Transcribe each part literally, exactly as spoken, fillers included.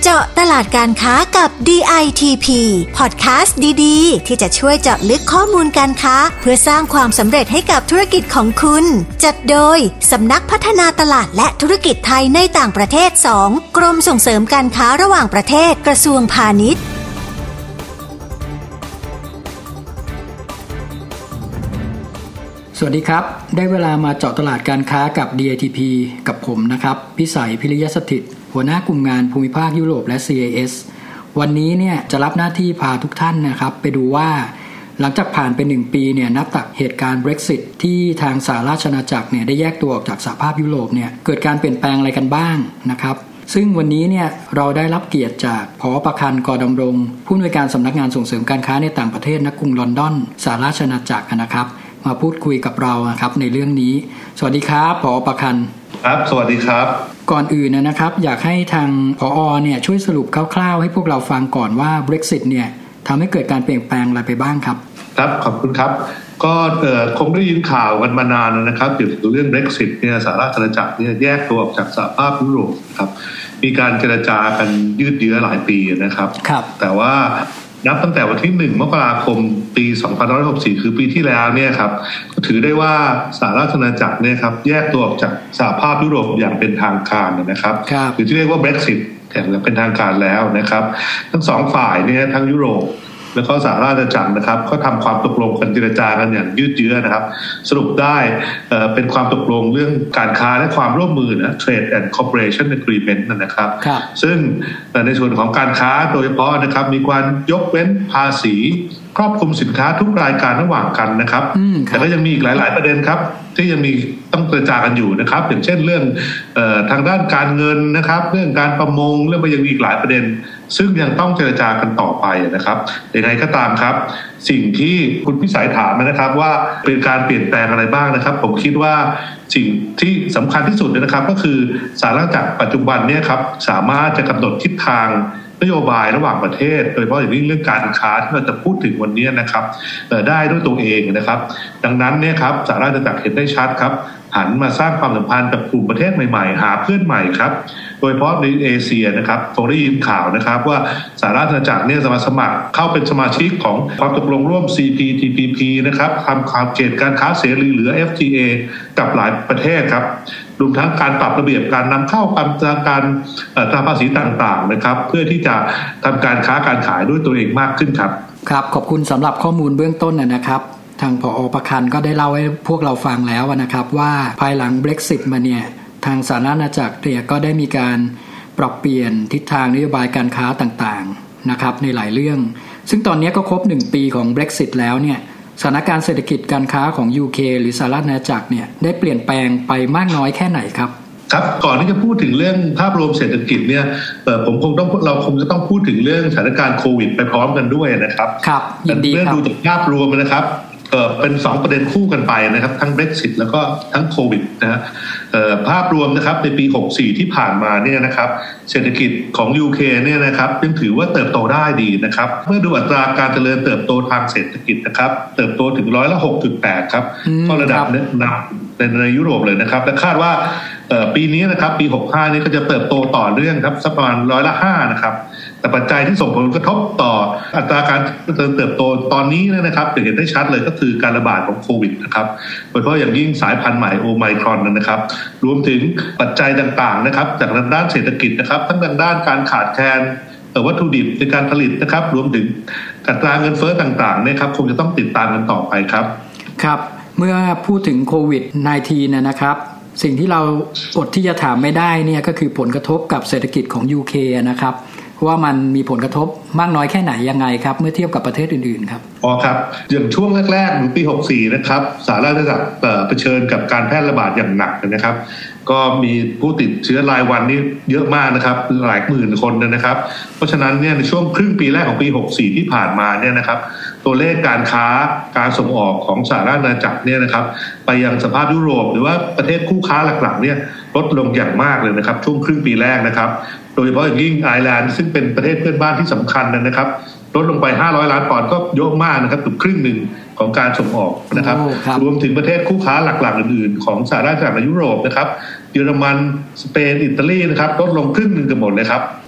เจาะตลาดการค้ากับ ดี ไอ ที พี พอดแคสต์ดีๆที่จะช่วยเจาะลึกข้อมูลการค้าเพื่อสร้างความสำเร็จให้กับธุรกิจของคุณจัดโดยสำนักพัฒนาตลาดและธุรกิจไทยในต่างประเทศ สอง กรมส่งเสริมการค้าระหว่างประเทศกระทรวงพาณิชย์สวัสดีครับได้เวลามาเจาะตลาดการค้ากับ ดี ไอ ที พี กับผมนะครับพิสัยพิริยสถิตหัวหน้ากลุ่มงานภูมิภาคยุโรปและ ซี ไอ เอส วันนี้เนี่ยจะรับหน้าที่พาทุกท่านนะครับไปดูว่าหลังจากผ่านไปหนึ่งปีเนี่ยนับจากเหตุการณ์ Brexit ที่ทางสหราชอาณาจักรเนี่ยได้แยกตัวออกจากสหภาพยุโรปเนี่ยเกิดการเปลี่ยนแปลงอะไรกันบ้างนะครับซึ่งวันนี้เนี่ยเราได้รับเกียรติจากผอ.ประคัน ก.ดำรงผู้อำนวยการสำนักงานส่งเสริมการค้าในต่างประเทศณ กรุงลอนดอนสหราชอาณาจักรนะครับมาพูดคุยกับเราครับในเรื่องนี้สวัสดีครับผอ.ประคันครับสวัสดีครับก่อนอื่นนะครับอยากให้ทางผอ.เนี่ยช่วยสรุปคร่าวๆให้พวกเราฟังก่อนว่า Brexit เนี่ยทำให้เกิดการเปลี่ยนแปลงอะไรไปบ้างครับครับขอบคุณครับก็คงได้ยินข่าวกันมานานนะครับเกี่ยวกับเรื่อง Brexit เนี่ยสหราชอาณาจักรเนี่ยแยกตัวออกจากสหภาพยุโรปครับมีการเจรจากันยืดเยื้อหลายปีนะครับครับแต่ว่านับตั้งแต่วันที่หนึ่งมกราคมปีสองพันห้าร้อยหกสิบสี่คือปีที่แล้วเนี่ยครับก็ถือได้ว่าสหราชอาณาจักรเนี่ยครับแยกตัวออกจากสหภาพยุโรปอย่างเป็นทางการนะครับหรือที่เรียกว่า Brexit อย่างเป็นทางการแล้วนะครับทั้งสองฝ่ายเนี่ยทั้งยุโรปแล้วก็สหราชอาณาจักรนะครับก็ทำความตกลงกันเจรจากันอย่างยืดเยื้อนะครับสรุปได้เอ่อเป็นความตกลงเรื่องการค้าและความร่วมมือนะ Trade and Cooperation Agreement นะครับซึ่งในส่วนของการค้าโดยเฉพาะนะครับมีการยกเว้นภาษีครอบคลุมสินค้าทุกรายการระหว่างกันนะครับแต่ก็ยังมีอีกหลายๆประเด็นครับที่ยังมีต้องเจรจากันอยู่นะครับอย่างเช่นเรื่องเอ่อทางด้านการเงินนะครับเรื่องการประมงเรื่องมันยังมีอีกหลายประเด็นซึ่งยังต้องเจรจากันต่อไปนะครับยังไงก็ตามครับสิ่งที่คุณพิสัยถามนะครับว่าเป็นการเปลี่ยนแปลงอะไรบ้างนะครับผมคิดว่าสิ่งที่สำคัญที่สุดนะครับก็คือสหราชอาณาจักรปัจจุบันเนี่ยครับสามารถจะกำหนดทิศทางนโยบายระหว่างประเทศโดยเฉพาะอย่างยิ่งเรื่องการค้าที่เราจะพูดถึงวันนี้นะครับได้ด้วยตัวเองนะครับดังนั้นเนี่ยครับสหราชอาณาจักรเห็นได้ชัดครับหันมาสร้างความสัมพันธ์กับกลุ่มประเทศใหม่ๆหาเพื่อนใหม่ครับโดยเฉพาะในเอเชียนะครับคงได้ยินข่าวนะครับว่าสหราชอาณาจักรเนี่ยจะมาสมัครเข้าเป็นสมาชิกของความตกลงร่วม ซี พี ที พี พี นะครับทำความเขตการค้าเสรีหรือ เอฟ ที เอ กับหลายประเทศครับรวมทั้งการปรับระเบียบการนำเข้าการการตามภาษีต่างๆนะครับเพื่อที่จะทำการค้าการขายด้วยตัวเองมากขึ้นครับครับขอบคุณสำหรับข้อมูลเบื้องต้นนะครับทางผอ.ประคันก็ได้เล่าให้พวกเราฟังแล้วนะครับว่าภายหลัง Brexit มาเนี่ยทางสหราชอาณาจักรเนี่ยก็ได้มีการปรับเปลี่ยนทิศทางนโยบายการค้าต่างๆนะครับในหลายเรื่องซึ่งตอนนี้ก็ครบหนึ่งปีของ Brexit แล้วเนี่ยสถานการณ์เศรษฐกิจการค้าของ ยู เค หรือสหราชอาณาจักรเนี่ยได้เปลี่ยนแปลงไปมากน้อยแค่ไหนครับครับก่อนที่จะพูดถึงเรื่องภาพรวมเศรษฐกิจเนี่ยผมคงต้องเราคงจะต้องพูดถึงเรื่องสถานการณ์โควิดไปพร้อมกันด้วยนะครับครับยินดีครับเมื่อดูจากภาพรวมนะครับเอ่อเป็นสองประเด็นคู่กันไปนะครับทั้ง Brexit แล้วก็ทั้งโควิดนะฮะเอ่อภาพรวมนะครับในปีหกสิบสี่ที่ผ่านมาเนี่ยนะครับเศรษฐกิจของ ยู เค เนี่ยนะครับยังถือว่าเติบโตได้ดีนะครับเมื่อดูอัตราการเจริญเติบโตทางเศรษฐกิจนะครับเติบโตถึงร้อยละ หกจุดแปด ครับก็ระดับนำในในยุโรปเลยนะครับและคาดว่าปีนี้นะครับปีหกสิบห้านี้ก็จะเติบโตต่อเนื่องครับสักประมาณร้อยละห้านะครับแต่ปัจจัยที่ส่งผลกระทบต่ออัตราการเติบโตตอนนี้นะครับเห็นได้ชัดเลยก็คือการระบาดของโควิดนะครับโดยเฉพาะอย่างยิ่งสายพันธุ์ใหม่โอไมครอนนะครับรวมถึงปัจจัยต่างๆนะครับจากด้านเศรษฐกิจนะครับทั้งด้านการขาดแคลนวัตถุดิบในการผลิตนะครับรวมถึงอัตราเงินเฟ้อต่างๆนะครับคงจะต้องติดตามกันต่อไปครับครับเมื่อพูดถึงโควิด สิบเก้า นะครับสิ่งที่เราอดที่จะถามไม่ได้เนี่ยก็คือผลกระทบกับเศรษฐกิจของ ยู เค นะครับว่ามันมีผลกระทบมากน้อยแค่ไหนยังไงครับเมื่อเทียบกับประเทศอื่นๆครับอ๋อครับอย่างช่วงแรกๆในปีหกสิบสี่นะครับสหราชอาณาจักรเผชิญกับการแพร่ระบาดอย่างหนักนะครับก็มีผู้ติดเชื้อรายวันนี่เยอะมากนะครับหลายหมื่นคนนะครับเพราะฉะนั้นเนี่ยในช่วงครึ่งปีแรกของปีหกสิบสี่ที่ผ่านมาเนี่ยนะครับตัวเลขการค้าการส่งออกของสหราชอาณาจักรเนี่ยนะครับไปยังสหภาพยุโรปหรือว่าประเทศคู่ค้าหลักๆเนี่ยลดลงอย่างมากเลยนะครับช่วงครึ่งปีแรกนะครับโดยเฉพาะอย่างยิ่งไอร์แลนด์ซึ่งเป็นประเทศเพื่อนบ้านที่สำคัญนะครับลดลงไปห้าร้อยล้านปอนด์ก็เยอะมากนะครับเกือบครึ่งหนึ่งของการส่งออกนะครับรวมถึงประเทศคู่ค้าหลักๆอื่นๆของสหราชอาณาจักรในยุโรปนะครับเยอรมันสเปนอิตาลีนะครับลดลงครึ่งหนึ่งกันหมดเลยครับ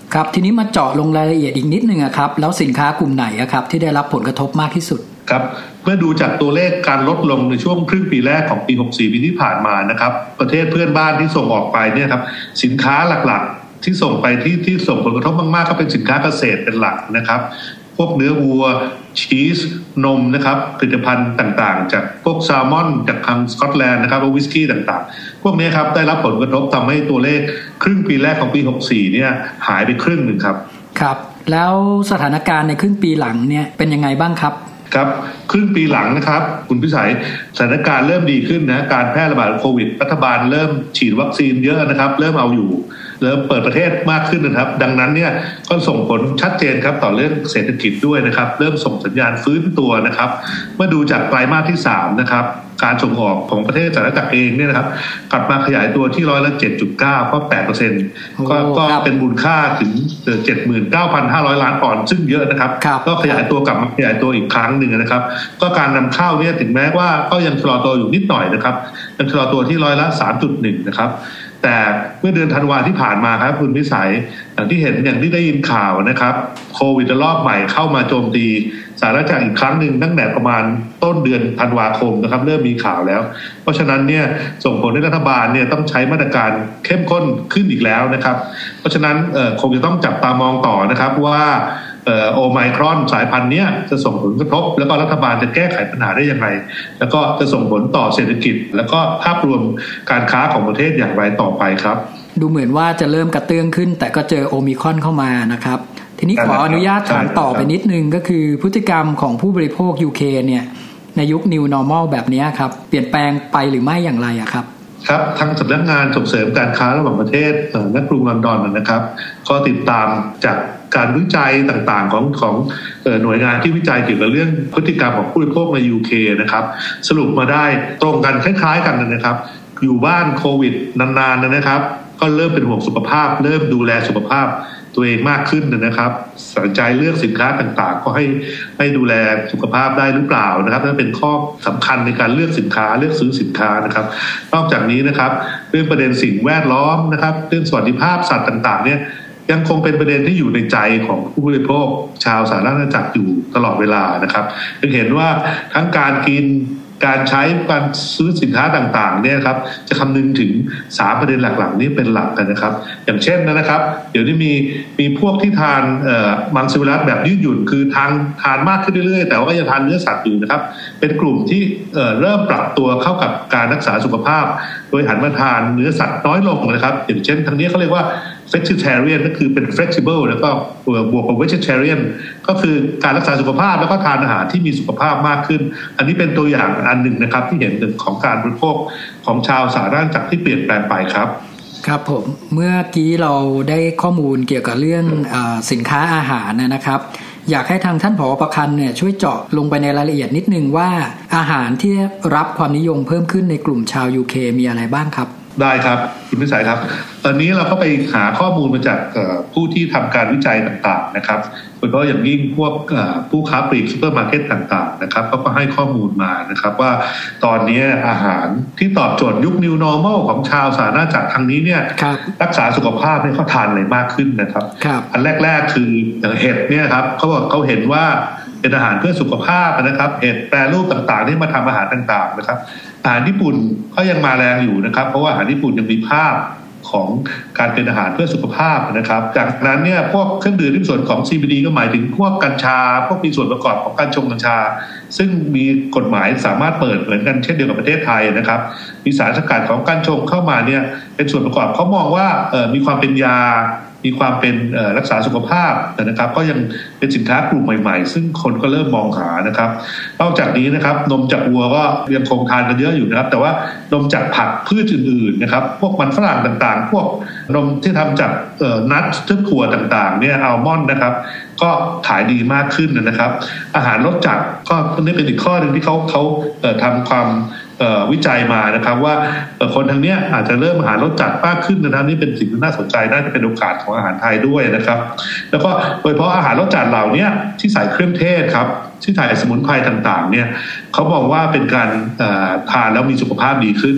ครับทีนี้มาเจาะลงรายละเอียดอีกนิดนึงครับแล้วสินค้ากลุ่มไหนครับที่ได้รับผลกระทบมากที่สุดครับเมื่อดูจากตัวเลขการลดลงในช่วงครึ่งปีแรกของปีหกสี่ปีที่ผ่านมานะครับประเทศเพื่อนบ้านที่ส่งออกไปเนี่ยครับสินค้าหลักๆที่ส่งไปที่ที่ส่งผลกระทบมากๆก็เป็นสินค้าเกษตรเป็นหลักนะครับพวกเนื้อวัวชีสนมนะครับผลิตภัณฑ์ต่างๆจากพวกแซลมอนจากทางสกอตแลนด์นะครับวิสกี้ต่างๆพวกนี้ครับได้รับผลกระทบทำให้ตัวเลขครึ่งปีแรกของปีหกสี่เนี่ยหายไปครึ่งหนึ่งครับครับแล้วสถานการณ์ในครึ่งปีหลังเนี่ยเป็นยังไงบ้างครับครับครึ่งปีหลังนะครับคุณพิสัยสถานการณ์เริ่มดีขึ้นนะการแพร่ระบาดโควิดรัฐบาลเริ่มฉีดวัคซีนเยอะนะครับเริ่มเอาอยู่เริ่มเปิดประเทศมากขึ้นนะครับดังนั้นเนี่ยก็ส่งผลชัดเจนครับต่อเรื่องเศรษฐกิจด้วยนะครับเริ่มส่งสัญญาณฟื้นตัวนะครับเมื่อดูจากไตรมาสที่สามนะครับการส่งออกของประเทศสหรัฐอเมริกาเองเนี่ยนะครับกลับมาขยายตัวที่ร้อยละ เจ็ดจุดเก้า ก็ แปดเปอร์เซ็นต์ ก็ก็เป็นมูลค่าถึง เจ็ดหมื่นเก้าพันห้าร้อย ล้านปอนด์ซึ่งเยอะนะครับก็ขยายตัวกลับมาขยายตัวอีกครั้งหนึ่งนะครับก็การนำเข้าเนี่ยถึงแม้ว่าก็ยังชะลอตัวอยู่นิดหน่อยนะครับยังชะลอตัวที่ร้อยละ สามจุดหนึ่ง นะครับแต่เมื่อเดือนธันวาที่ผ่านมาครับคุณพิสัยอย่างที่เห็นอย่างที่ได้ยินข่าวนะครับโควิดระลอกใหม่เข้ามาโจมตีสหรัฐอเมริกาอีกครั้งหนึ่งตั้งแต่ประมาณต้นเดือนธันวาคมนะครับเริ่มมีข่าวแล้วเพราะฉะนั้นเนี่ยส่งผลให้รัฐบาลเนี่ยต้องใช้มาตรการเข้มข้นขึ้นอีกแล้วนะครับเพราะฉะนั้นเอ่อคงจะต้องจับตามองต่อนะครับว่าโอไมครอนสายพันธุ์นี้จะส่งผลกระทบแล้วก็รัฐบาลจะแก้ไขปัญหาได้ยังไงแล้วก็จะส่งผลต่อเศรษฐกิจแล้วก็ภาพรวมการค้าของประเทศอย่างไรต่อไปครับดูเหมือนว่าจะเริ่มกระเตื้องขึ้นแต่ก็เจอโอมิครอนเข้ามานะครับทีนี้ขออนุญาตถามต่อไปนิดนึงก็คือพฤติกรรมของผู้บริโภค ยู เค เนี่ยในยุค New Normal แบบนี้ครับเปลี่ยนแปลงไปหรือไม่อย่างไรอะครับครับทางสำนักงานส่งเสริมการค้าระหว่างประเทศณกรุงลอนดอนนะครับก็ติดตามจากการวิจัยต่างๆของของหน่วยงานที่วิจัยเกี่ยวกับเรื่องพฤติกรรมของผู้บริโภคใน ยู เค นะครับสรุปมาได้ตรงกันคล้ายๆกันนะครับอยู่บ้านโควิดนานๆนะครับก็เริ่มเป็นห่วงสุขภาพเริ่มดูแลสุขภาพตัวเองมากขึ้นนะครับสนใจเลือกสินค้าต่างๆก็ให้ให้ดูแลสุขภาพได้หรือเปล่านะครับนั่นเป็นข้อสำคัญในการเลือกสินค้าเลือกซื้อสินค้านะครับนอกจากนี้นะครับเรื่องประเด็นสิ่งแวดล้อมนะครับเรื่องสวัสดิภาพสัตว์ต่างๆเนี่ยยังคงเป็นประเด็นที่อยู่ในใจของผู้บริโภคชาวสหรัฐอเมริกาอยู่ตลอดเวลานะครับยังเห็นว่าทั้งการกินการใช้การซื้อสินค้าต่างๆเนี่ยครับจะคำนึงถึงสามประเด็นหลักๆนี้เป็นหลักกันนะครับอย่างเช่นนะครับเดี๋ยวนี้มีมีพวกที่ทานมังสวิรัติแบบยืดหยุ่นคือทานทานมากขึ้นเรื่อยๆแต่ว่าก็ยังทานเนื้อสัตว์อยู่นะครับเป็นกลุ่มที่เริ่มปรับตัวเข้ากับการรักษาสุขภาพโดยหันมาทานเนื้อสัตว์น้อยลงนะครับอย่างเช่นทางนี้เขาเรียกว่า flexitarian ก็คือเป็น flexible แล้วก็บวกกับ vegetarian ก็คือการรักษาสุขภาพแล้วก็ทานอาหารที่มีสุขภาพมากขึ้นอันนี้เป็นตัวอย่างอันหนึ่งนะครับที่เห็นของการบริโภคของชาวสหรัฐอเมริกาที่เปลี่ยนแปลงไปครับครับผมเมื่อกี้เราได้ข้อมูลเกี่ยวกับเรื่องอ่าสินค้าอาหารนะครับอยากให้ทางท่านผอ.ประคันเนี่ยช่วยเจาะลงไปในรายละเอียดนิดนึงว่าอาหารที่รับความนิยมเพิ่มขึ้นในกลุ่มชาว ยู เค มีอะไรบ้างครับได้ครับคุณพิสัยครับตอนนี้เราก็ไปหาข้อมูลมาจากผู้ที่ทำการวิจัยต่างๆนะครับโดยเฉพาะอย่างยิ่งพวกผู้ค้าปลีกซูเปอร์มาร์เก็ตต่างๆนะครับเขาก็ให้ข้อมูลมานะครับว่าตอนนี้อาหารที่ตอบโจทย์ยุค New Normal ของชาวสหราชอาณาจักรทางนี้เนี่ยรักษาสุขภาพให้เขาทานอะไรมากขึ้นนะครับอันแรกๆคืออย่างเห็ดเนี่ยครับเขาบอกเขาเห็นว่าเป็นอาหารเพื่อสุขภาพนะครับเห็ดแปรรูปต่างๆที่มาทำอาหารต่างๆนะครับอาหารญี่ปุ่นก็ยังมาแรงอยู่นะครับเพราะว่าอาหารญี่ปุ่นยังมีภาพของการเป็นอาหารเพื่อสุขภาพนะครับจากนั้นเนี่ยพวกเครื่องดื่มที่มีส่วนของ ซี บี ดี ก็หมายถึงพวกกัญชาพวกมีส่วนประกอบของกัญชงกัญชาซึ่งมีกฎหมายสามารถเปิดเหมือนกันเช่นเดียวกับประเทศไทยนะครับมีสารสกัดของกัญชงเข้ามาเนี่ยเป็นส่วนประกอบเขามองว่าเอ่อมีความเป็นยามีความเป็นรักษาสุขภาพนะครับก็ยังเป็นสินค้ากลุ่มใหม่ๆซึ่งคนก็เริ่มมองหานะครับนอกจากนี้นะครับนมจากวัวก็ยังคงทานกันเยอะอยู่นะครับแต่ว่านมจากผักพืชอื่นๆนะครับพวกมันฝรั่งต่างๆพวกนมที่ทำจากนัทซึ่งถั่วต่างๆเนี่ยอัลมอนด์นะครับก็ขายดีมากขึ้นนะครับอาหารรสจัดก็นี่เป็นอีกข้อหนึ่งที่เขาเขาทำความวิจัยมานะครับว่าคนทางนี้อาจจะเริ่มอาหารรสจัดมากขึ้นนะครับนี่เป็นสิ่งที่น่าสนใจน่าจะเป็นโอกาสของอาหารไทยด้วยนะครับแล้วก็โดยเฉพาะอาหารรสจัดเหล่านี้ที่ใส่เครื่องเทศครับที่ใส่สมุนไพรต่างๆเนี่ยเขาบอกว่าเป็นการทานแล้วมีสุขภาพดีขึ้น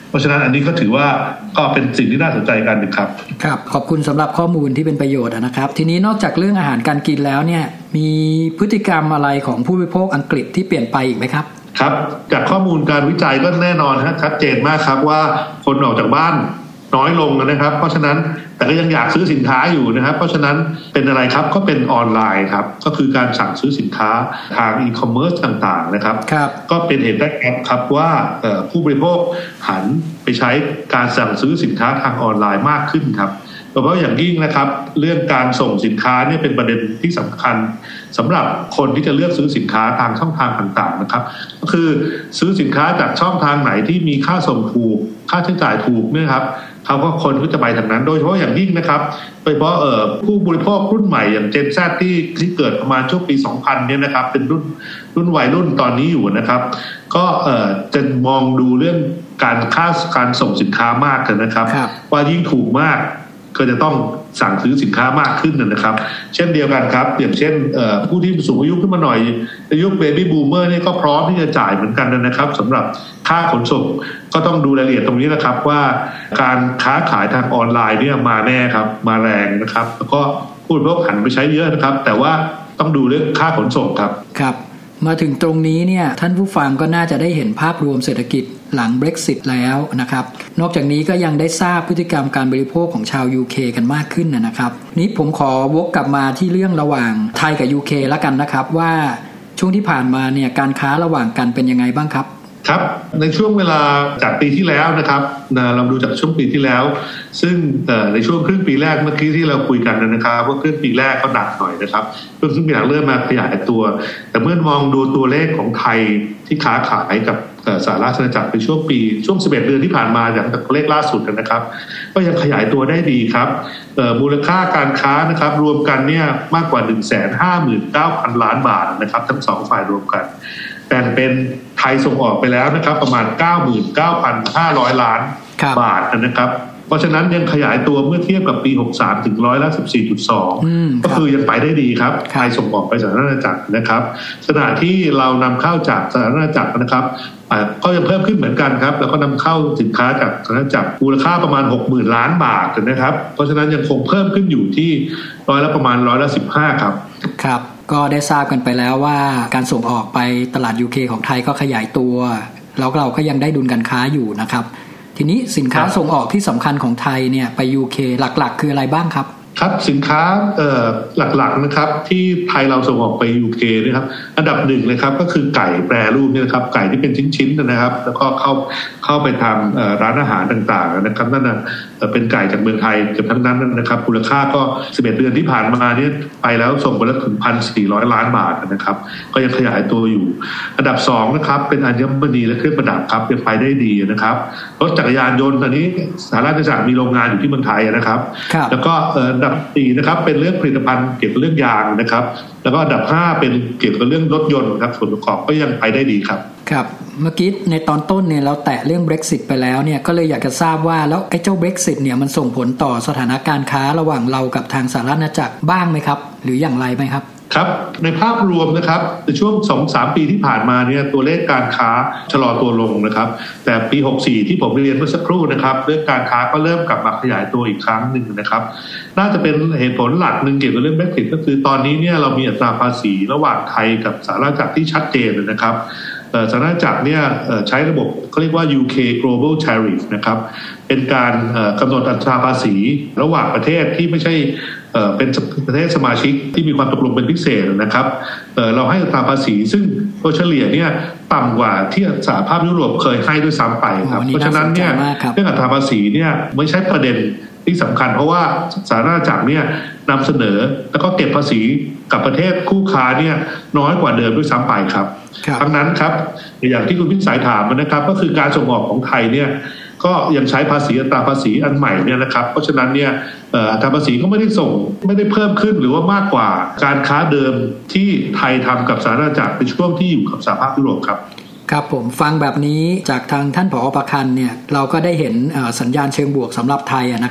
เพราะฉะนั้นอันนี้ก็ถือว่าก็เป็นสิ่งที่น่าสนใจกันนะครับครับขอบคุณสำหรับข้อมูลที่เป็นประโยชน์นะครับทีนี้นอกจากเรื่องอาหารการกินแล้วเนี่ยมีพฤติกรรมอะไรของผู้บริโภคอังกฤษที่เปลี่ยนไปอีกไหมครับครับจากข้อมูลการวิจัยก็แน่นอนฮะชัดเจนมากครับว่าคนออกจากบ้านน้อยลงนะครับเพราะฉะนั้นแต่ก็ยังอยากซื้อสินค้าอยู่นะครับเพราะฉะนั้นเป็นอะไรครับก็เป็นออนไลน์ครับก็คือการสั่งซื้อสินค้าทางอีคอมเมิร์ซต่างๆนะครับก็เป็นเหตุได้ครับว่าผู้บริโภคหันไปใช้การสั่งซื้อสินค้าทางออนไลน์มากขึ้นครับโดยเฉพาะอย่างยิ่งนะครับเรื่องการส่งสินค้าเนี่ยเป็นประเด็นที่สำคัญสำหรับคนที่จะเลือกซื้อสินค้าทางช่องทางต่างๆนะครับก็คือซื้อสินค้าจากช่องทางไหนที่มีค่าส่งถูกค่าใช้จ่ายถูกเนี่ยครับเขาก็คนก็จะไปทางนั้นโดยเฉพาะอย่างยิ่งนะครับโดยเฉพาะเอ่อผู้บริโภครุ่นใหม่อย่าง Gen Z ที่ที่เกิดประมาณช่วงปีสองพันเนี่ยนะครับเป็นรุ่นรุ่นวัยรุ่นตอนนี้อยู่นะครับก็เอ่อจะมองดูเรื่องการค่าการส่งสินค้ามากกันนะครับว่ายิ่งถูกมากก็จะต้องสั่งซื้อสินค้ามากขึ้นนะครับเช่นเดียวกันครับอย่างเช่นผู้ที่สูงอายุขึ้นมาหน่อยในยุคเบบี้บูมเมอร์นี่ก็พร้อมที่จะจ่ายเหมือนกันนะครับสำหรับค่าขนส่งก็ต้องดูรายละเอียดตรงนี้นะครับว่าการค้าขายทางออนไลน์เนี่ยมาแน่ครับมาแรงนะครับแล้วก็ผู้บริโภคหันไปใช้เยอะนะครับแต่ว่าต้องดูเรื่องค่าขนส่งครับครับมาถึงตรงนี้เนี่ยท่านผู้ฟังก็น่าจะได้เห็นภาพรวมเศรษฐกิจหลัง Brexit แล้วนะครับนอกจากนี้ก็ยังได้ทราบพฤติกรรมการบริโภคของชาว ยู เค กันมากขึ้นนะครับนี้ผมขอวกกลับมาที่เรื่องระหว่างไทยกับ ยู เค แล้วกันนะครับว่าช่วงที่ผ่านมาเนี่ยการค้าระหว่างกันเป็นยังไงบ้างครับครับในช่วงเวลาจากปีที่แล้วนะครับเราดูจากช่วงปีที่แล้วซึ่งในช่วงครึ่งปีแรกเมื่อกี้ที่เราคุยกันนะครับว่าครึ่งปีแรกเขาหนักหน่อยนะครับครึ่งปีหลังเริ่มมาขยายตัวแต่เมื่อมองดูตัวเลขของไทยที่ค้าขายกับสหราชอาณาจักรในช่วงปีช่วงสิบเอ็ดเดือนที่ผ่านมาอย่างตัวเลขล่าสุดนะครับก็ยังขยายตัวได้ดีครับมูลค่าการค้านะครับรวมกันเนี่ยมากกว่า หนึ่งแสนห้าหมื่นเก้าพัน ล้านบาทนะครับทั้งสองฝ่ายรวมกันแบ่งเป็นไทยส่งออกไปแล้วนะครับประมาณ เก้าหมื่นเก้าพันห้าร้อย ล้านบาทนะครับเพราะฉะนั้นยังขยายตัวเมื่อเทียบกับปีหกสิบสามถึงร้อยละ สิบสี่จุดสอง ก็คือยังไปได้ดีครับไทยส่งออกไปสหราชอาณาจักรนะครับขณะที่เรานำเข้าจากสหราชอาณาจักรนะครับก็ยังเพิ่มขึ้นเหมือนกันครับแล้วก็นำเข้าสินค้าจากสหราชอาณาจักรมูลค่าประมาณ หกหมื่น ล้านบาทนะครับเพราะฉะนั้นยังคงเพิ่มขึ้นอยู่ที่ร้อยละประมาณร้อยละสิบห้าครับครับก็ได้ทราบกันไปแล้วว่าการส่งออกไปตลาด ยู เค ของไทยก็ขยายตัวแล้วเราก็ยังได้ดุลการค้าอยู่นะครับทีนี้สินค้าส่งออกที่สำคัญของไทยเนี่ยไป ยู เค หลักๆคืออะไรบ้างครับครับสินค้าเอ่อหลักๆนะครับที่ไทยเราส่งออกไป ยู เค นะครับอันดับหนึ่งเลยครับก็คือไก่แปรรูปเนี่ยนะครับไก่ที่เป็นชิ้นๆนะครับแล้วก็เข้าเข้าไปทำร้านอาหารต่างๆนะครับนั่นน่ะเป็นไก่จากเมืองไทยเกือบทั้งนั้นนะครับมูลค่าก็สิบเอ็ดเดือนที่ผ่านมาเนี่ยไปแล้วส่งไปแล้วถึง หนึ่งพันสี่ร้อย ล้านบาทนะครับก็ยังขยายตัวอยู่อันดับสองนะครับเป็นอัญมณีและเครื่องประดับครับยังไปได้ดีนะครับรถจักรยานยนต์ตอนนี้สหราชอาณาจักรมีโรงงานอยู่ที่เมืองไทยนะครับแล้วก็อันดับสี่นะครับเป็นเรื่องผลิตภัณฑ์เกี่ยวกับเรื่องยางนะครับแล้วก็อันดับห้าเป็นเกี่ยวกับเรื่องรถยนต์ครับส่วนประกอบก็ยังไปได้ดีครับครับเมื่อกี้ในตอนต้นเนี่ยเราแตะเรื่อง Brexit ไปแล้วเนี่ยก็เลยอยากจะทราบว่าแล้วไอ้เจ้า Brexit เนี่ยมันส่งผลต่อสถานการณ์ค้าระหว่างเรากับทางสหราชอาณาจักรบ้างไหมครับหรืออย่างไรไหมครับครับในภาพรวมนะครับในช่วง สองถึงสาม ปีที่ผ่านมาเนี่ยตัวเลขการค้าชะลอตัวลงนะครับแต่ปีหกสิบสี่ที่ผมเรียนเมื่อสักครู่นะครับเรื่องการค้าก็เริ่มกลับมาขยายตัวอีกครั้งหนึ่งนะครับน่าจะเป็นเหตุผลหลักหนึ่งเกี่ยวกับเรื่อง Brexit ก็คือตอนนี้เนี่ยเรามีอัตราภาษีระหว่างไทยกับสหราชอาณาจักรที่ชัดเจนนะครับสหราชอาณาจักรเนี่ยใช้ระบบเขาเรียกว่า ยู เค Global Tariff นะครับเป็นการกำหนดอัตราภาษีระหว่างประเทศที่ไม่ใช่เป็นประเทศสมาชิกที่มีความตกลงเป็นพิเศษนะครับเราให้อัตราภาษีซึ่งโดยเฉลี่ยเนี่ยต่ำกว่าที่สหภาพยุโรปเคยให้ด้วยซ้ำไปครับเพราะฉะนั้นเนี่ยเรื่องอัตราภาษีเนี่ยไม่ใช่ประเด็นที่สำคัญเพราะว่าสหราชอาณาจักรเนี่ยนำเสนอแล้วก็เก็บภาษีกับประเทศคู่ค้าเนี่ยน้อยกว่าเดิมด้วยซ้ำไปครับทั้งนั้นครับอย่างที่คุณพิสัยถามนะครับก็คือการส่งออกของไทยเนี่ยก็ยังใช้ภาษีอัตราภาษีอันใหม่เนี่ยนะครับเพราะฉะนั้นเนี่ยอัตราภาษีก็ไม่ได้ส่งไม่ได้เพิ่มขึ้นหรือว่ามากกว่าการค้าเดิมที่ไทยทำกับสหราชอาณาจักรในช่วงที่อยู่กับสหภาพยุโรปครับครับผมฟังแบบนี้จากทางท่านผอ.ประคันเนี่ยเราก็ได้เห็นสัญญาณเชิงบวกสำหรับไทยนะครับ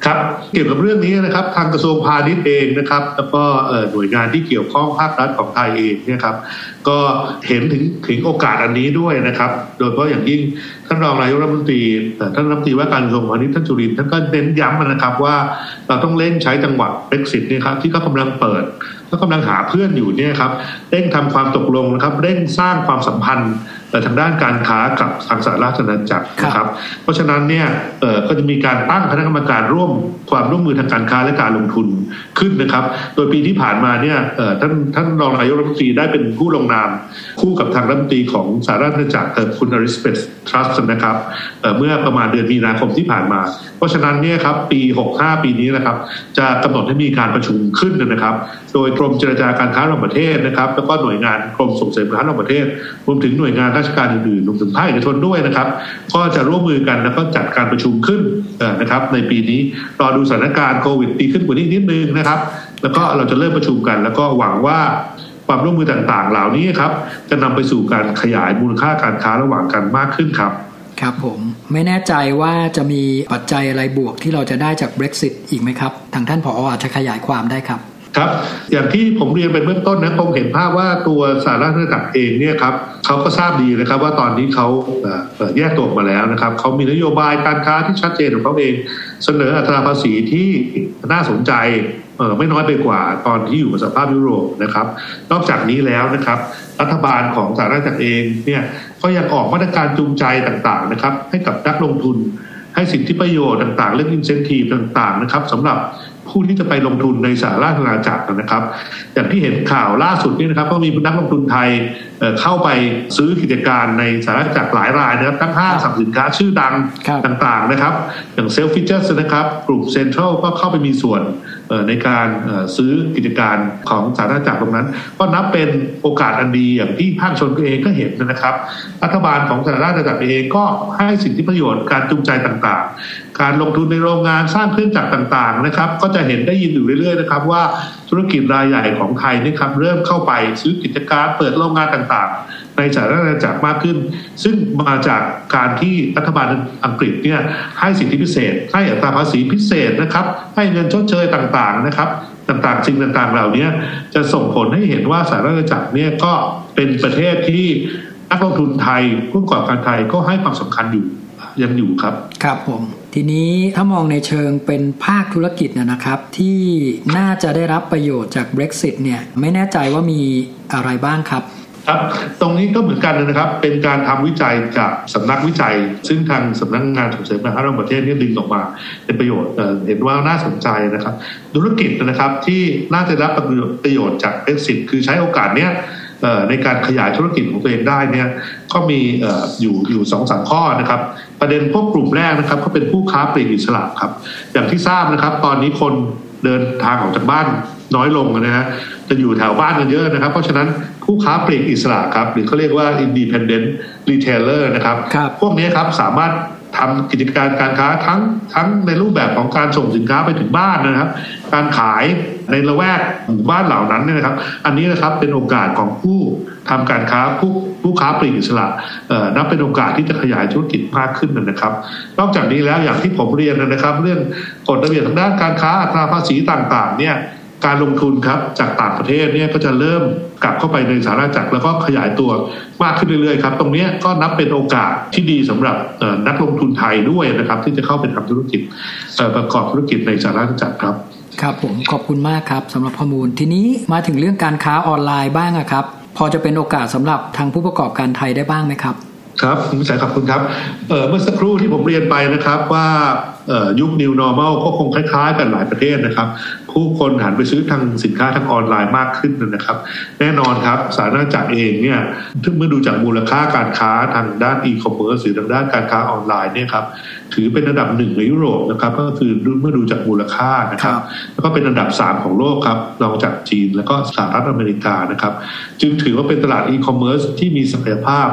ครับเกี่ยวกับเรื่องนี้นะครับทางกระทรวงพาณิชย์เองนะครับแล้วก็หน่วยงานที่เกี่ยวข้องภาครัฐของไทยเองเนี่ยครับก็เห็นถึงถึงโอกาสอันนี้ด้วยนะครับโดยเฉพาะอย่างยิ่งท่านรองนายกรัฐมนตรีท่านรัฐมนตรีว่าการกระทรวงพาณิชย์ท่านจุรินทร์ท่านก็เน้นย้ำนะครับว่าเราต้องเร่งใช้จังหวะ Brexit เนี่ยครับที่เขากำลังเปิดก็กำลังหาเพื่อนอยู่เนี่ยครับเร่งทำความตกลงนะครับเร่งสร้างความสัมพันธ์ทางด้านการค้ากับทางสหราชอาณาจักรนะครับเพราะฉะนั้นเนี่ยก็จะมีการตั้งคณะกรรมการร่วมความร่วมมือทางการค้าและการลงทุนขึ้นนะครับโดยปีที่ผ่านมาเนี่ยท่านท่านรองนายกรัฐมนตรีได้เป็นผู้ลงนามคู่กับทางรัฐมนตรีของสหราชอาณาจักรคุณอลิซาเบธทรัสต์นะครับเมื่อประมาณเดือนมีนาคมที่ผ่านมาเพราะฉะนั้นเนี่ยครับปีหกสิบห้าปีนี้นะครับจะกำหนดให้มีการประชุมขึ้นนะครับโดยกรมเจรจาการค้าระหว่างประเทศนะครับแล้วก็หน่วยงานกรมส่งเสริมการค้าระหว่างประเทศรวมถึงหน่วยงานราชการอื่นๆรวมถึงภาคเอกชนด้วยนะครับก็จะร่วมมือกันแล้วก็จัดการประชุมขึ้นนะครับในปีนี้รอดูสถานการณ์โควิดดีขึ้นกว่านี้นิดนึงนะครับแล้วก็เราจะเริ่มประชุมกันแล้วก็หวังว่าความร่วมมือต่างๆเหล่านี้ครับจะนำไปสู่การขยายมูลค่าการค้าระหว่างกันมากขึ้นครับครับผมไม่แน่ใจว่าจะมีปัจจัยอะไรบวกที่เราจะได้จาก Brexit อีกไหมครับทางท่านผอ.อาจจะขยายความได้ครับครับอย่างที่ผมเรียนไปเบื้องต้นนะคงเห็นภาพว่าตัวสหราชอาณาจักรเองเนี่ยครับเขาก็ทราบดีนะครับว่าตอนนี้เขาแยกตัวออกมาแล้วนะครับเขามีนโยบายการค้าที่ชัดเจนของเขาเองเสนออัตราภาษีที่น่าสนใจไม่น้อยไปกว่าตอนที่อยู่กับสหภาพยุโรปนะครับนอกจากนี้แล้วนะครับรัฐบาลของสหราชอาณาจักรเองเนี่ยก็ยังออกมาตรการจูงใจต่างๆนะครับให้กับนักลงทุนให้สิทธิประโยชน์ต่างๆเรื่อง incentive ต่างๆนะครับสำหรับผู้ที่จะไปลงทุนในสหราชอาณาจักรนะครับอย่างที่เห็นข่าวล่าสุดนี้นะครับก็มีนักลงทุนไทยเข้าไปซื้อกิจการในสหราชอาณาจักรหลายรายนะครับทั้งห้างสรรพสินค้าชื่อดังต่างๆนะครับอย่างเซลฟิเจอร์นะครับกลุ่มเซ็นทรัลก็เข้าไปมีส่วนในการซื้อกิจการของสหราชอาณาจักรตรงนั้นก็นับเป็นโอกาสอันดีอย่างที่ภาคชนเองก็เห็นนะครับรัฐบาลของสหราชอาณาจักรเองก็ให้สิทธิประโยชน์การจูงใจต่างๆการลงทุนในโรงงานสร้างเครื่องจักรต่างๆนะครับก็จะเห็นได้ยินอยู่เรื่อยๆนะครับว่าธุรกิจรายใหญ่ของไทยนี่ครับเริ่มเข้าไปซื้อกิจการเปิดโรงงานต่างๆในสหราชอาณาจักรมากขึ้นซึ่งมาจากการที่รัฐบาลอังกฤษเนี่ยให้สิทธิพิเศษให้อัตราภาษีพิเศษนะครับให้เงินชดเชยต่างๆนะครับต่างๆสิ่งต่างๆเหล่านี้จะส่งผลให้เห็นว่าสหราชอาณาจักรเนี่ยก็เป็นประเทศที่นักลงทุนไทยผู้ประกอบการไทยก็ให้ความสำคัญอยู่ยังอยู่ครับครับผมทีนี้ถ้ามองในเชิงเป็นภาคธุรกิจนะครับที่น่าจะได้รับประโยชน์จาก Brexit เนี่ยไม่แน่ใจว่ามีอะไรบ้างครับครับตรงนี้ก็เหมือนกันนะครับเป็นการทำวิจัยจากสำนักวิจัยซึ่งทางสำนักงานส่งเสริมการค้าระหว่างประเทศนี่ดึงออกมาเป็นประโยชน์ เ, เห็นว่าน่าสนใจนะครับธุรกิจนะครับที่น่าจะรับประโยชน์จาก Brexit คือใช้โอกาสเนี้ยในการขยายธุรกิจของตัวเองได้เนี่ยก็มีอยู่อยู่ สองถึงสาม ข้อนะครับประเด็นพวกกลุ่มแรกนะครับก็เป็นผู้ค้าปลีกอิสระครับอย่างที่ทราบนะครับตอนนี้คนเดินทางออกจากบ้านน้อยลงนะฮะจะอยู่แถวบ้านกันเยอะนะครับเพราะฉะนั้นผู้ค้าปลีกอิสระครับหรือเขาเรียกว่า independent retailer นะครับพวกนี้ครับสามารถทำกิจการการค้าทั้งทั้งในรูปแบบของการส่งสินค้าไปถึงบ้านนะครับการขายในละแวกหมู่บ้านเหล่านั้นเนี่ยนะครับอันนี้นะครับเป็นโอกาสของผู้ทำการค้าผู้ผู้ค้าปลีกอิสระเอ่อนับเป็นโอกาสที่จะขยายธุรกิจมากขึ้นนะครับนอกจากนี้แล้วอย่างที่ผมเรียนนะครับเรื่องกฎระเบียบทางด้านการค้าอัตราภาษีต่างๆเนี่ยการลงทุนครับจากต่างประเทศเนี่ยก็จะเริ่มกลับเข้าไปในสหราชอาณาจักรแล้วก็ขยายตัวมากขึ้นเรื่อยๆครับตรงนี้ก็นับเป็นโอกาสที่ดีสำหรับนักลงทุนไทยด้วยนะครับที่จะเข้าไปทำธุรกิจประกอบธุรกิจในสหราชอาณาจักรครับครับผมขอบคุณมากครับสำหรับข้อมูลทีนี้มาถึงเรื่องการค้าออนไลน์บ้างครับพอจะเป็นโอกาสสำหรับทางผู้ประกอบการไทยได้บ้างไหมครับครับคุณวิชัยขอบคุณครับเอ่อเมื่อสักครู่ที่ผมเรียนไปนะครับว่าเอ่อยุค New Normal ก็คงคล้ายๆกันหลายประเทศนะครับผู้คนหันไปซื้อทางสินค้าทางออนไลน์มากขึ้นนะครับแน่นอนครับสหราชอาณาจักรเองเนี่ยเมื่อดูจากมูลค่าการค้าทางด้านอีคอมเมิร์ซหรือทางด้านการค้าออนไลน์เนี่ยครับถือเป็นอันดับหนึ่งในยุโรปนะครับก็คือเมื่อดูจากมูลค่านะครับแล้วก็เป็นอันดับสามของโลกครับรองจากจีนแล้วก็สหรัฐอเมริกานะครับจึงถือว่าเป็นตลาดอีคอมเมิร์ซที่มีศักยภาพ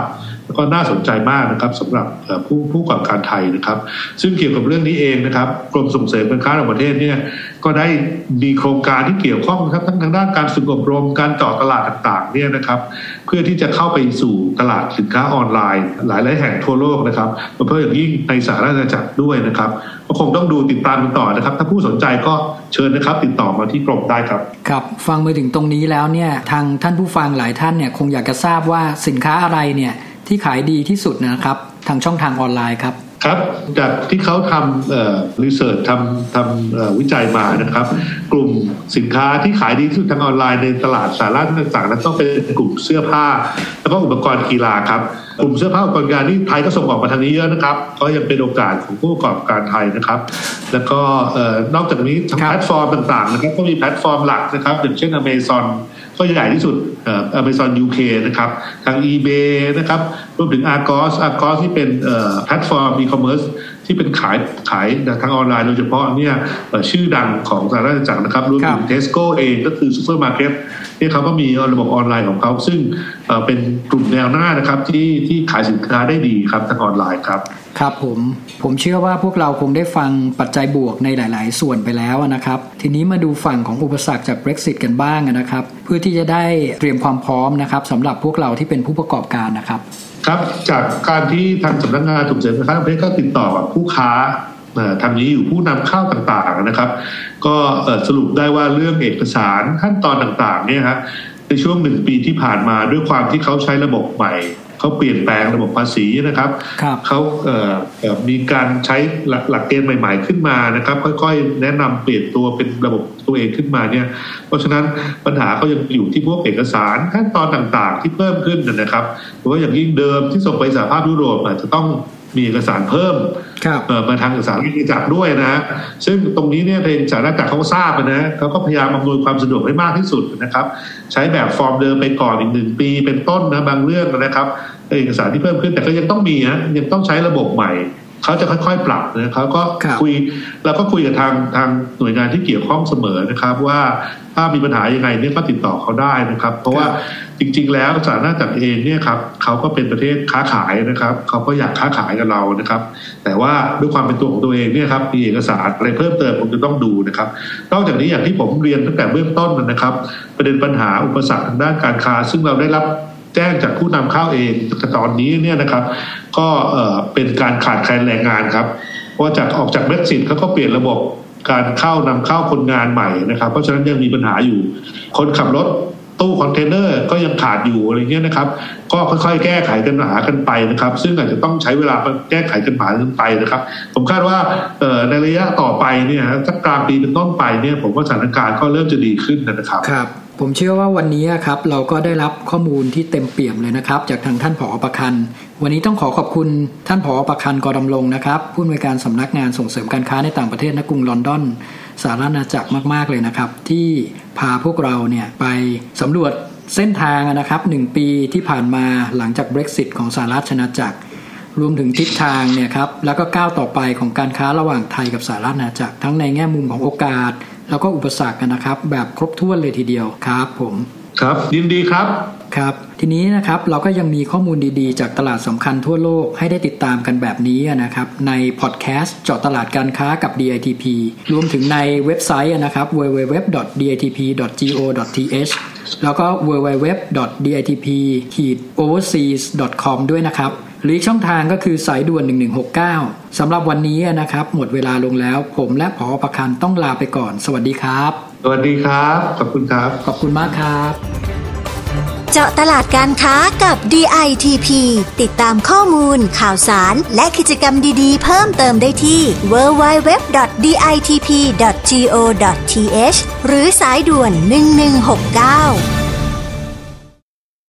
แล้วก็น่าสนใจมากนะครับสำหรับผู้ผู้ประกอบการไทยนะครับซึ่งเกี่ยวกับเรื่องนี้เองนะครับกรมส่งเสริมการค้าระหว่างประเทศเนี่ยก็ได้มีโครงการที่เกี่ยวข้องครับทั้งทางด้านการฝึกอบรมการเจาะตลาดต่างๆเนี่ยนะครับเพื่อที่จะเข้าไปสู่ตลาดสินค้าออนไลน์หลายๆแห่งทั่วโลกนะครับโดยเฉพาะอย่างยิ่งในสหราชอาณาจักรด้วยนะครับก็คงต้องดูติดตามกันต่อนะครับถ้าผู้สนใจก็เชิญนะครับติดต่อมาที่กรมได้ครับครับฟังมาถึงตรงนี้แล้วเนี่ยทางท่านผู้ฟังหลายท่านเนี่ยคงอยากจะทราบว่าสินค้าอะไรเนี่ยที่ขายดีที่สุดนะครับทางช่องทางออนไลน์ครับครับจากที่เขาทำเอ่อรีเสิร์ชทำทำเอ่อวิจัยมานะครับกลุ่มสินค้าที่ขายดีที่สุดทางออนไลน์ในตลาดสหรัฐต่างๆนั้นต้องเป็นกลุ่มเสื้อผ้าแล้วก็อุปกรณ์กีฬาครับกลุ่มเสื้อผ้าอุปกรณ์กีฬานี่ไทยก็ส่งออกมาทางนี้เยอะนะครับก็ยังเป็นโอกาสของผู้ประกอบการไทยนะครับแล้วก็เอ่อนอกจากนี้ทางแพลตฟอร์มต่างๆนะครับก็มีแพลตฟอร์มหลักนะครับอย่างเช่น Amazon ก็ใหญ่ที่สุดเอ่อ Amazon ยู เค นะครับทาง eBay นะครับรวมถึง Argos Argos ที่เป็นเอ่อแพลตฟอร์ม e-commerce ที่เป็นขายขายทางออนไลน์โดยเฉพาะเนี่ยชื่อดังของสหราชอาณาจักรนะครับรวมถึง Tesco เองก็คือซูเปอร์มาร์เก็ตที่เขาก็มีระบบออนไลน์ของเขาซึ่งเป็นกลุ่มแนวหน้านะครับที่ที่ขายสินค้าได้ดีครับทางออนไลน์ครับครับผมผมเชื่อว่าพวกเราคงได้ฟังปัจจัยบวกในหลายๆส่วนไปแล้วนะครับทีนี้มาดูฝั่งของอุปสรรคจาก Brexit กันบ้างนะครับเพื่อที่จะได้เตรียมความพร้อมนะครับสำหรับพวกเราที่เป็นผู้ประกอบการนะครับครับจากการที่ทางสำนักงานส่งเสริมการค้าระหว่างประเทศก็ติดต่อกับผู้ค้าทำนี้อยู่ผู้นำเข้าต่างๆนะครับก็สรุปได้ว่าเรื่องเอกสารขั้นตอนต่างๆเนี่ยครับในช่วงหนึ่งปีที่ผ่านมาด้วยความที่เขาใช้ระบบใหม่เขาเปลี่ยนแปลงระบบภาษีนะครับเขาเอ่อมีการใช้หลักเกณฑ์ใหม่ๆขึ้นมานะครับค่อยๆแนะนำเปลี่ยนตัวเป็นระบบตัวเองขึ้นมาเนี่ยเพราะฉะนั้นปัญหาก็ยังอยู่ที่พวกเอกสารขั้นตอนต่างๆที่เพิ่มขึ้นนะครับเพราะว่าอย่างยิ่งเดิมที่ส่งไปสหภาพยุโรปอาจจะต้องมีเอกสารเพิ่มมาทางเอกสารราชจักรด้วยนะซึ่งตรงนี้เนี่ยทางสหราชจักรเขาทราบนะเขาก็พยายามอำนวยความสะดวกให้มากที่สุดนะครับใช้แบบฟอร์มเดิมไปก่อนอีกหนึ่งปีเป็นต้นนะบางเรื่องนะครับเอกสารที่เพิ่มขึ้นแต่ก็ยังต้องมีนะยังต้องใช้ระบบใหม่เขาจะค่อยๆปรับนะเขาก็คุยเราก็คุยกับทางทางหน่วยงานที่เกี่ยวข้องเสมอนะครับว่าถ้ามีปัญหายังไงเนี่ยก็ติดต่อเขาได้นะครับเพราะว่าจริงๆแล้วสหราชอาณาจักรเองเนี่ยครับเขาก็เป็นประเทศค้าขายนะครับเขาก็อยากค้าขายกับเรานะครับแต่ว่าด้วยความเป็นตัวของตัวเองเนี่ยครับมีเอกสารอะไรเพิ่มเติมผมจะต้องดูนะครับนอกจากนี้อย่างที่ผมเรียนตั้งแต่เบื้องต้นนะครับประเด็นปัญหาอุปสรรคทางด้านการค้าซึ่งเราได้รับแจ้งจากผู้นำเข้าเองตอนนี้เนี่ยนะครับก็เอ่อเป็นการขาดแคลนแรงงานครับเพราะจากออกจาก Brexit เขาก็เปลี่ยนระบบการเข้านำเข้าคนงานใหม่นะครับเพราะฉะนั้นยังมีปัญหาอยู่คนขับรถตู้คอนเทนเนอร์ก็ยังขาดอยู่อะไรเงี้ยนะครับก็ค่อยๆแก้ไขกันหากันไปนะครับซึ่งอาจจะต้องใช้เวลาแก้ไขกันหากันไปนะครับผมคาดว่าในระยะต่อไปเนี่ยสักกลางปีเป็นต้นไปเนี่ยผมว่าสถานการณ์ก็เริ่มจะดีขึ้นนะครับครับผมเชื่อว่าวันนี้ครับเราก็ได้รับข้อมูลที่เต็มเปี่ยมเลยนะครับจากทางท่านผอ.ประคันวันนี้ต้องขอขอบคุณท่านผอ.ประคันกอดำรงนะครับผู้อำนวยการสำนักงานส่งเสริมการค้าในต่างประเทศณกรุงลอนดอนสหราชอาณาจักรมากๆเลยนะครับที่พาพวกเราเนี่ยไปสำรวจเส้นทางนะครับหนึ่งปีที่ผ่านมาหลังจาก Brexit ของสหราชอาณาจักรรวมถึงทิศทางเนี่ยครับแล้วก็ก้าวต่อไปของการค้าระหว่างไทยกับสหราชอาณาจักรทั้งในแง่มุมของโอกาสแล้วก็อุปสรรคกันนะครับแบบครบถ้วนเลยทีเดียวครับผมครับยินดีครับครับทีนี้นะครับเราก็ยังมีข้อมูลดีๆจากตลาดสำคัญทั่วโลกให้ได้ติดตามกันแบบนี้นะครับในพอดแคสต์เจาะตลาดการค้ากับ ดี ไอ ที พี รวมถึงในเว็บไซต์นะครับ ดับเบิลยู ดับเบิลยู ดับเบิลยู ดอท ดี ไอ ที พี ดอท จี โอ ดอท ที เอช แล้วก็ ดับเบิลยู ดับเบิลยู ดับเบิลยู ดอท ดี ไอ ที พี โอเวอร์ซีส ดอท คอม ด้วยนะครับหรือช่องทางก็คือสายด่วนหนึ่งหนึ่งหกเก้าสำหรับวันนี้นะครับหมดเวลาลงแล้วผมและผอ.ประคันต้องลาไปก่อนสวัสดีครับสวัสดีครับขอบคุณครับขอบคุณมากครับเจาะตลาดการค้ากับ ดี ไอ ที พี ติดตามข้อมูลข่าวสารและกิจกรรมดีๆเพิ่มเติมได้ที่ ดับเบิลยู ดับเบิลยู ดับเบิลยู ดอท ดี ไอ ที พี ดอท จี โอ ดอท ที เอช หรือสายด่วนหนึ่งหนึ่งหกเก้า